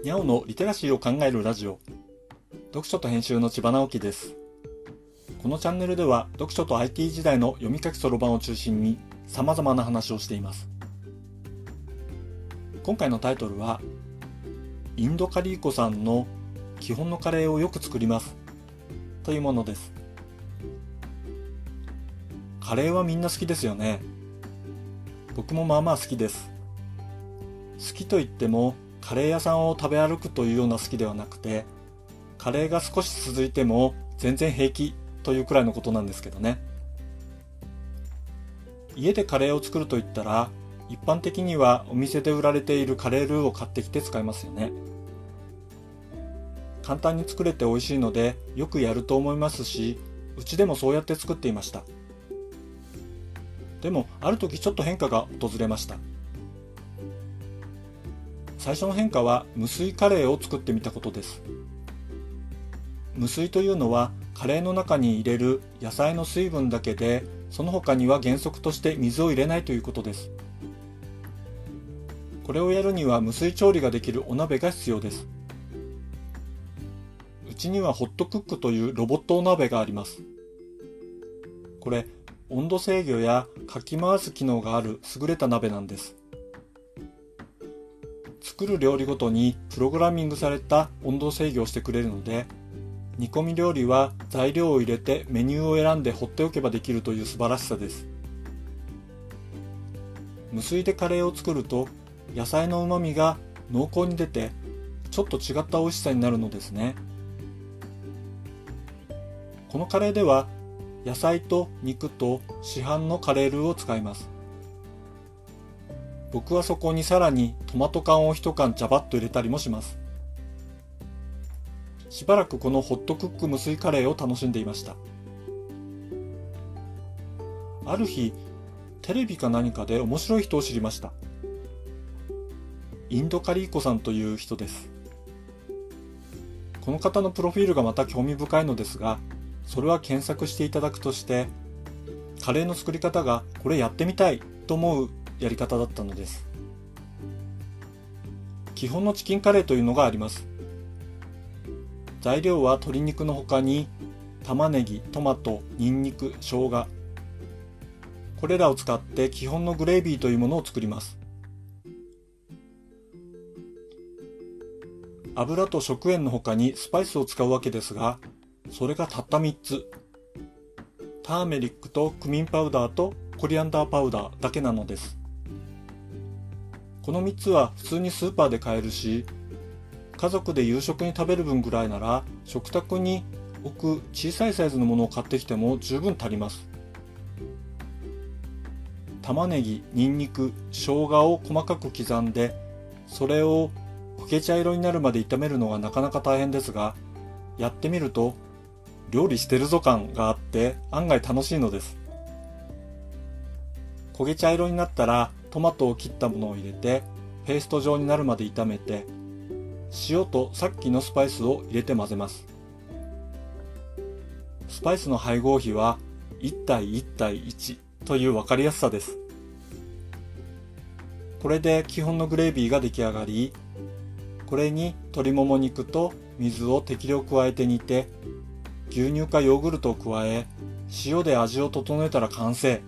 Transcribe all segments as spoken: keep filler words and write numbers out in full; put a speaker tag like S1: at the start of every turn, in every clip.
S1: にゃおのリテラシーを考えるラジオ、読書と編集の千葉直樹です。このチャンネルでは読書と アイティー 時代の読み書きそろばんを中心に様々な話をしています。今回のタイトルはインドカリーコさんの基本のカレーをよく作りますというものです。カレーはみんな好きですよね。僕もまあまあ好きです。好きといってもカレー屋さんを食べ歩くというような好きではなくて、カレーが少し続いても全然平気というくらいのことなんですけどね。家でカレーを作るといったら、一般的にはお店で売られているカレールーを買ってきて使いますよね。簡単に作れて美味しいのでよくやると思いますし、うちでもそうやって作っていました。でもある時ちょっと変化が訪れました。最初の変化は無水カレーを作ってみたことです。無水というのはカレーの中に入れる野菜の水分だけで、その他には原則として水を入れないということです。これをやるには無水調理ができるお鍋が必要です。うちにはホットクックというロボットお鍋があります。これ温度制御やかき回す機能がある優れた鍋なんです。作る料理ごとにプログラミングされた温度制御をしてくれるので、煮込み料理は材料を入れてメニューを選んで放っておけばできるという素晴らしさです。無水でカレーを作ると野菜の旨味が濃厚に出て、ちょっと違った美味しさになるのですね。このカレーでは野菜と肉と市販のカレールーを使います。僕はそこにさらにトマト缶を一缶ジャバッと入れたりもします。しばらくこのホットクック無水カレーを楽しんでいました。ある日、テレビか何かで面白い人を知りました。インドカリーコさんという人です。この方のプロフィールがまた興味深いのですが、それは検索していただくとして、カレーの作り方がこれやってみたいと思うやり方だったのです。基本のチキンカレーというのがあります。材料は鶏肉の他に玉ねぎ、トマト、ニンニク、生姜、これらを使って基本のグレービーというものを作ります。油と食塩の他にスパイスを使うわけですが、それがたったみっつ。ターメリックとクミンパウダーとコリアンダーパウダーだけなのです。このみっつは普通にスーパーで買えるし、家族で夕食に食べる分ぐらいなら食卓に置く小さいサイズのものを買ってきても十分足ります。玉ねぎ、ニンニク、生姜を細かく刻んで、それを焦げ茶色になるまで炒めるのがなかなか大変ですが、やってみると料理してるぞ感があって案外楽しいのです。焦げ茶色になったらトマトを切ったものを入れてペースト状になるまで炒めて、塩とさっきのスパイスを入れて混ぜます。スパイスの配合比はいち対いち対いちという分かりやすさです。これで基本のグレービーが出来上がり、これに鶏もも肉と水を適量加えて煮て、牛乳かヨーグルトを加え、塩で味を整えたら完成。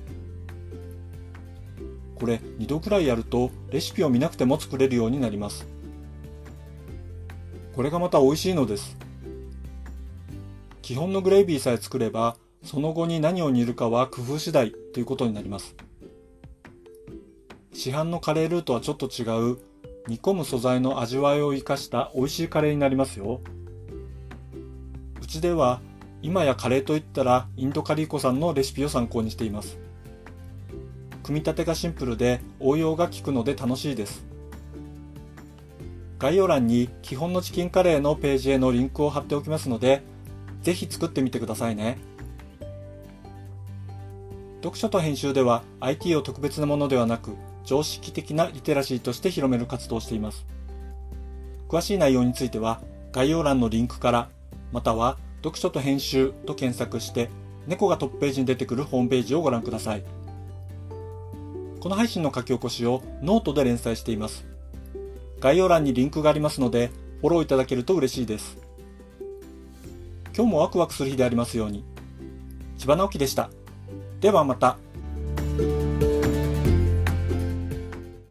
S1: これにどくらいやるとレシピを見なくても作れるようになります。これがまた美味しいのです。基本のグレービーさえ作れば、その後に何を煮るかは工夫次第ということになります。市販のカレールーとはちょっと違う、煮込む素材の味わいを生かした美味しいカレーになりますよ。うちでは今やカレーといったらインドカリーコさんのレシピを参考にしています。組み立てがシンプルで応用が効くので楽しいです。概要欄に基本のチキンカレーのページへのリンクを貼っておきますので、ぜひ作ってみてくださいね。読書と編集では アイティー を特別なものではなく、常識的なリテラシーとして広める活動をしています。詳しい内容については概要欄のリンクから、または読書と編集と検索して猫がトップページに出てくるホームページをご覧ください。この配信の書き起こしをノートで連載しています。 概要欄にリンクがありますので、フォローいただけると嬉しいです。今日もワクワクする日でありますように。千葉直樹でした。ではまた。